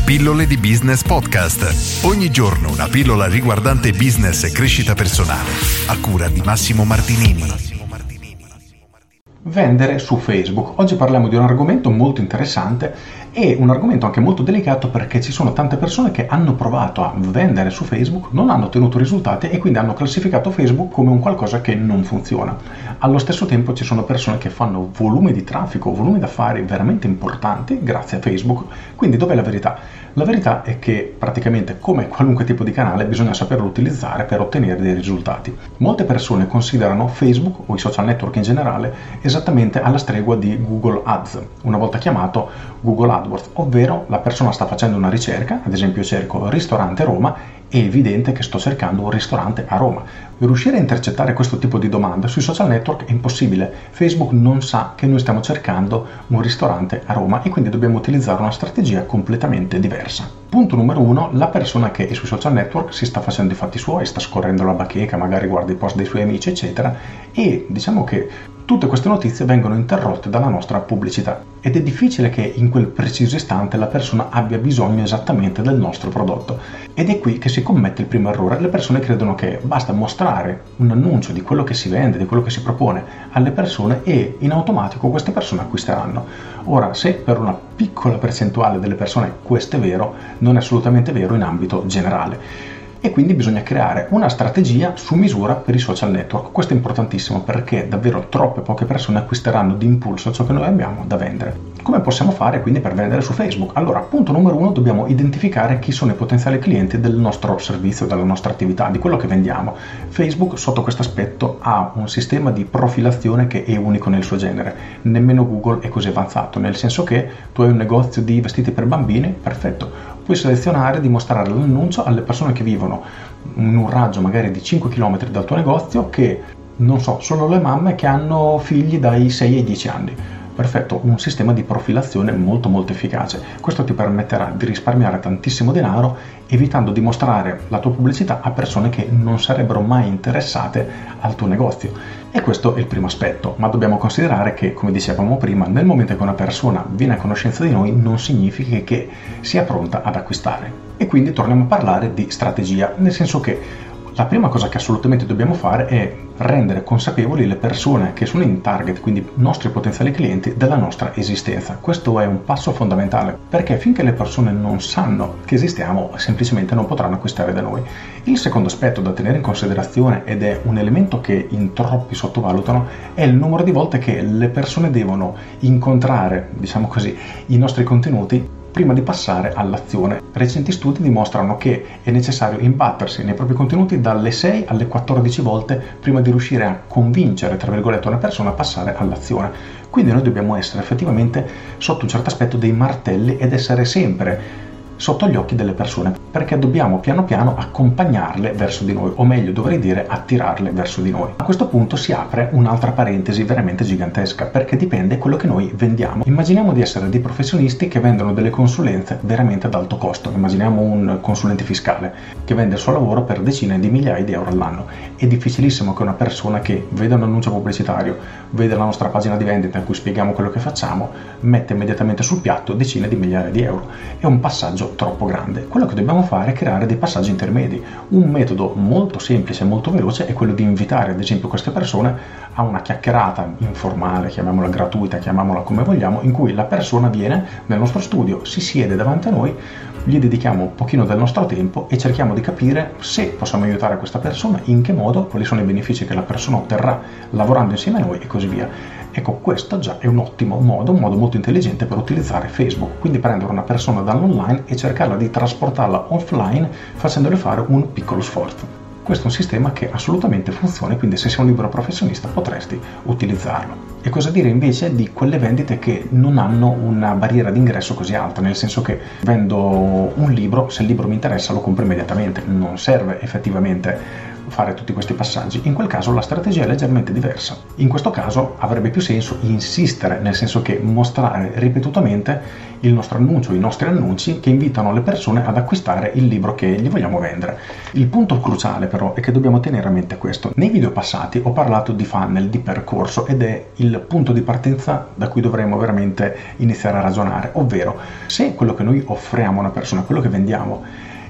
Pillole di Business Podcast. Ogni giorno una pillola riguardante business e crescita personale. A cura di Massimo Martinini. Vendere su Facebook. Oggi parliamo di un argomento molto interessante e un argomento anche molto delicato, perché ci sono tante persone che hanno provato a vendere su Facebook, non hanno ottenuto risultati e quindi hanno classificato Facebook come un qualcosa che non funziona. Allo stesso tempo ci sono persone che fanno volumi di traffico, volumi d'affari veramente importanti grazie a Facebook. Quindi dov'è la verità? La verità è che praticamente, come qualunque tipo di canale, bisogna saperlo utilizzare per ottenere dei risultati. Molte persone considerano Facebook o i social network in generale esattamente alla stregua di Google Ads, una volta chiamato Google AdWords, ovvero la persona sta facendo una ricerca, ad esempio cerco ristorante Roma, è evidente che sto cercando un ristorante a Roma. Riuscire a intercettare questo tipo di domanda sui social network è impossibile. Facebook non sa che noi stiamo cercando un ristorante a Roma e quindi dobbiamo utilizzare una strategia completamente diversa. Punto numero 1, la persona che è sui social network si sta facendo i fatti suoi, sta scorrendo la bacheca, magari guarda i post dei suoi amici, eccetera, e diciamo che tutte queste notizie vengono interrotte dalla nostra pubblicità ed è difficile che in quel preciso istante la persona abbia bisogno esattamente del nostro prodotto. Ed è qui che si commette il primo errore. Le persone credono che basta mostrare un annuncio di quello che si vende, di quello che si propone alle persone e in automatico queste persone acquisteranno. Ora, se per una piccola percentuale delle persone questo è vero, non è assolutamente vero in ambito generale. E quindi bisogna creare una strategia su misura per i social network. Questo è importantissimo perché davvero troppe poche persone acquisteranno di impulso ciò che noi abbiamo da vendere. Come possiamo fare quindi per vendere su Facebook? Allora, punto numero 1, dobbiamo identificare chi sono i potenziali clienti del nostro servizio, della nostra attività, di quello che vendiamo. Facebook sotto questo aspetto ha un sistema di profilazione che è unico nel suo genere. Nemmeno Google è così avanzato, nel senso che tu hai un negozio di vestiti per bambini, perfetto. Puoi selezionare di mostrare l'annuncio alle persone che vivono in un raggio magari di 5 km dal tuo negozio, che non so, sono le mamme che hanno figli dai 6 ai 10 anni. Perfetto, un sistema di profilazione molto efficace. Questo ti permetterà di risparmiare tantissimo denaro, evitando di mostrare la tua pubblicità a persone che non sarebbero mai interessate al tuo negozio. E questo è il primo aspetto, ma dobbiamo considerare che, come dicevamo prima, nel momento che una persona viene a conoscenza di noi non significa che sia pronta ad acquistare. E quindi torniamo a parlare di strategia, nel senso che la prima cosa che assolutamente dobbiamo fare è rendere consapevoli le persone che sono in target, quindi i nostri potenziali clienti, della nostra esistenza. Questo è un passo fondamentale, perché finché le persone non sanno che esistiamo, semplicemente non potranno acquistare da noi. Il secondo aspetto da tenere in considerazione, ed è un elemento che in troppi sottovalutano, è il numero di volte che le persone devono incontrare, diciamo così, i nostri contenuti prima di passare all'azione. Recenti studi dimostrano che è necessario imbattersi nei propri contenuti dalle 6 alle 14 volte prima di riuscire a convincere, tra virgolette, una persona a passare all'azione. Quindi noi dobbiamo essere effettivamente, sotto un certo aspetto, dei martelli ed essere sempre sotto gli occhi delle persone, perché dobbiamo piano piano accompagnarle verso di noi, o meglio dovrei dire attirarle verso di noi. A questo punto si apre un'altra parentesi veramente gigantesca, perché dipende quello che noi vendiamo. Immaginiamo di essere dei professionisti che vendono delle consulenze veramente ad alto costo. Immaginiamo un consulente fiscale che vende il suo lavoro per decine di migliaia di euro all'anno. È difficilissimo che una persona che vede un annuncio pubblicitario, vede la nostra pagina di vendita in cui spieghiamo quello che facciamo, mette immediatamente sul piatto decine di migliaia di euro. È un passaggio troppo grande. Quello che dobbiamo fare è creare dei passaggi intermedi. Un metodo molto semplice e molto veloce è quello di invitare ad esempio queste persone a una chiacchierata informale, chiamiamola gratuita, chiamiamola come vogliamo, in cui la persona viene nel nostro studio, si siede davanti a noi, gli dedichiamo un pochino del nostro tempo e cerchiamo di capire se possiamo aiutare questa persona, in che modo, quali sono i benefici che la persona otterrà lavorando insieme a noi e così via. Ecco, questo già è un ottimo modo, un modo molto intelligente per utilizzare Facebook, quindi prendere una persona dall'online e cercarla di trasportarla offline facendole fare un piccolo sforzo. Questo è un sistema che assolutamente funziona, quindi se sei un libero professionista potresti utilizzarlo. E cosa dire invece di quelle vendite che non hanno una barriera d'ingresso così alta, nel senso che vendo un libro, se il libro mi interessa lo compro immediatamente, non serve effettivamente fare tutti questi passaggi. In quel caso la strategia è leggermente diversa. In questo caso avrebbe più senso insistere, nel senso che mostrare ripetutamente il nostro annuncio, i nostri annunci che invitano le persone ad acquistare il libro che gli vogliamo vendere. Il punto cruciale però è che dobbiamo tenere a mente questo. Nei video passati ho parlato di funnel, di percorso, ed è il punto di partenza da cui dovremo veramente iniziare a ragionare, ovvero se quello che noi offriamo a una persona, quello che vendiamo,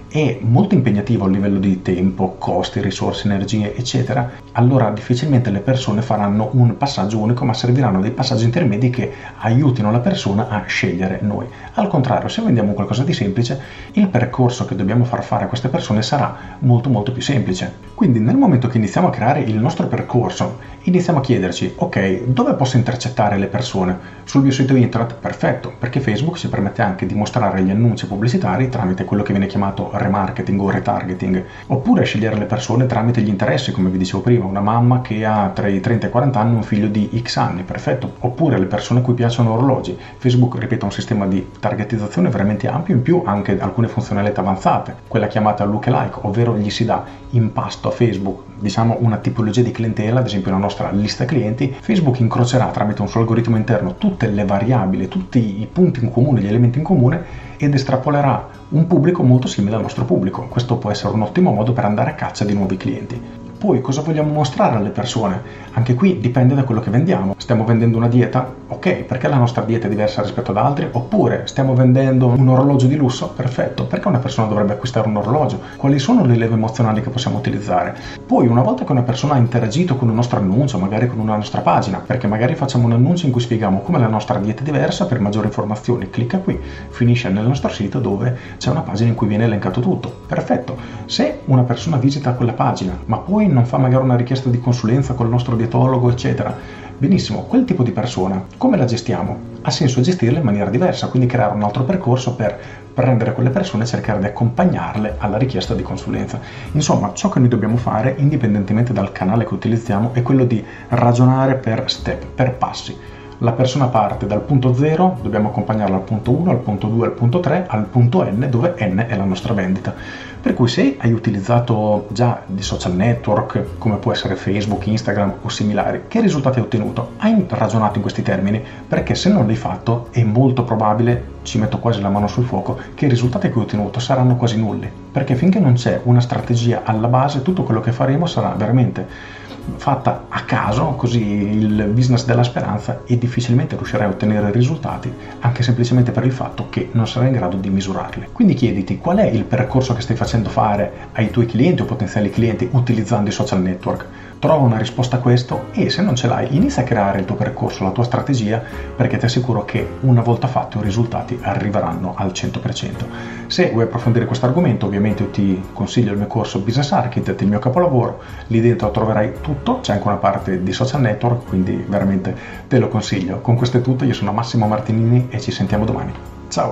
è molto impegnativo a livello di tempo, costi, risorse, energie, eccetera, allora difficilmente le persone faranno un passaggio unico, ma serviranno dei passaggi intermedi che aiutino la persona a scegliere noi. Al contrario, se vendiamo qualcosa di semplice, il percorso che dobbiamo far fare a queste persone sarà molto più semplice. Quindi nel momento che iniziamo a creare il nostro percorso, iniziamo a chiederci, ok, dove posso intercettare le persone? Sul mio sito internet? Perfetto, perché Facebook ci permette anche di mostrare gli annunci pubblicitari tramite quello che viene chiamato remarketing o retargeting, oppure scegliere le persone tramite gli interessi, come vi dicevo prima, una mamma che ha tra i 30 e i 40 anni un figlio di X anni, perfetto, oppure le persone a cui piacciono orologi. Facebook, ripeto, ha un sistema di targetizzazione veramente ampio, in più anche alcune funzionalità avanzate, quella chiamata lookalike, ovvero gli si dà in pasto a Facebook, diciamo, una tipologia di clientela, ad esempio la nostra lista clienti. Facebook incrocerà tramite un suo algoritmo interno tutte le variabili, tutti i punti in comune, gli elementi in comune, ed estrapolerà un pubblico molto simile al nostro pubblico. Questo può essere un ottimo modo per andare a caccia di nuovi clienti. Poi cosa vogliamo mostrare alle persone? Anche qui dipende da quello che vendiamo. Stiamo vendendo una dieta? Ok, perché la nostra dieta è diversa rispetto ad altri? Oppure stiamo vendendo un orologio di lusso? Perfetto, perché una persona dovrebbe acquistare un orologio? Quali sono le leve emozionali che possiamo utilizzare? Poi una volta che una persona ha interagito con un nostro annuncio, magari con una nostra pagina, perché magari facciamo un annuncio in cui spieghiamo come la nostra dieta è diversa, per maggiori informazioni clicca qui, finisce nel nostro sito dove c'è una pagina in cui viene elencato tutto. Perfetto, se una persona visita quella pagina, ma poi non fa magari una richiesta di consulenza col nostro dietologo, eccetera, benissimo, quel tipo di persona come la gestiamo? Ha senso gestirla in maniera diversa, quindi creare un altro percorso per prendere quelle persone e cercare di accompagnarle alla richiesta di consulenza. Insomma, ciò che noi dobbiamo fare, indipendentemente dal canale che utilizziamo, è quello di ragionare per step, per passi. La persona parte dal punto 0, dobbiamo accompagnarla al punto 1, al punto 2, al punto 3, al punto N, dove N è la nostra vendita. Per cui se hai utilizzato già di social network, come può essere Facebook, Instagram o similari, che risultati hai ottenuto? Hai ragionato in questi termini? Perché se non l'hai fatto è molto probabile, ci metto quasi la mano sul fuoco, che i risultati che hai ottenuto saranno quasi nulli. Perché finché non c'è una strategia alla base, tutto quello che faremo sarà veramente fatta a caso, così il business della speranza, e difficilmente riuscirai a ottenere risultati, anche semplicemente per il fatto che non sarai in grado di misurarli. Quindi chiediti qual è il percorso che stai facendo fare ai tuoi clienti o potenziali clienti utilizzando i social network. Trova una risposta a questo e se non ce l'hai inizia a creare il tuo percorso, la tua strategia, perché ti assicuro che una volta fatto i risultati arriveranno al 100%. Se vuoi approfondire questo argomento, ovviamente io ti consiglio il mio corso Business Architect, il mio capolavoro. Lì dentro troverai tutto, c'è anche una parte di social network, quindi veramente te lo consiglio. Con questo è tutto, io sono Massimo Martinini e ci sentiamo domani. Ciao!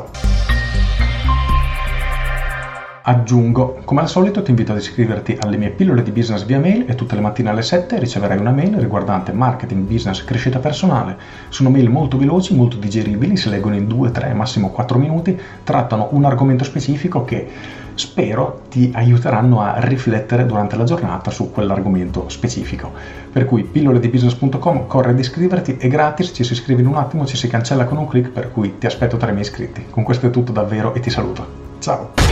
Aggiungo, come al solito ti invito ad iscriverti alle mie pillole di business via mail e tutte le mattine alle 7 riceverai una mail riguardante marketing, business, crescita personale. Sono mail molto veloci, molto digeribili, si leggono in 2, 3, massimo 4 minuti, trattano un argomento specifico che spero ti aiuteranno a riflettere durante la giornata su quell'argomento specifico. Per cui pilloledibusiness.com, corri ad iscriverti, è gratis, ci si iscrive in un attimo, ci si cancella con un click, per cui ti aspetto tra i miei iscritti. Con questo è tutto davvero e ti saluto. Ciao!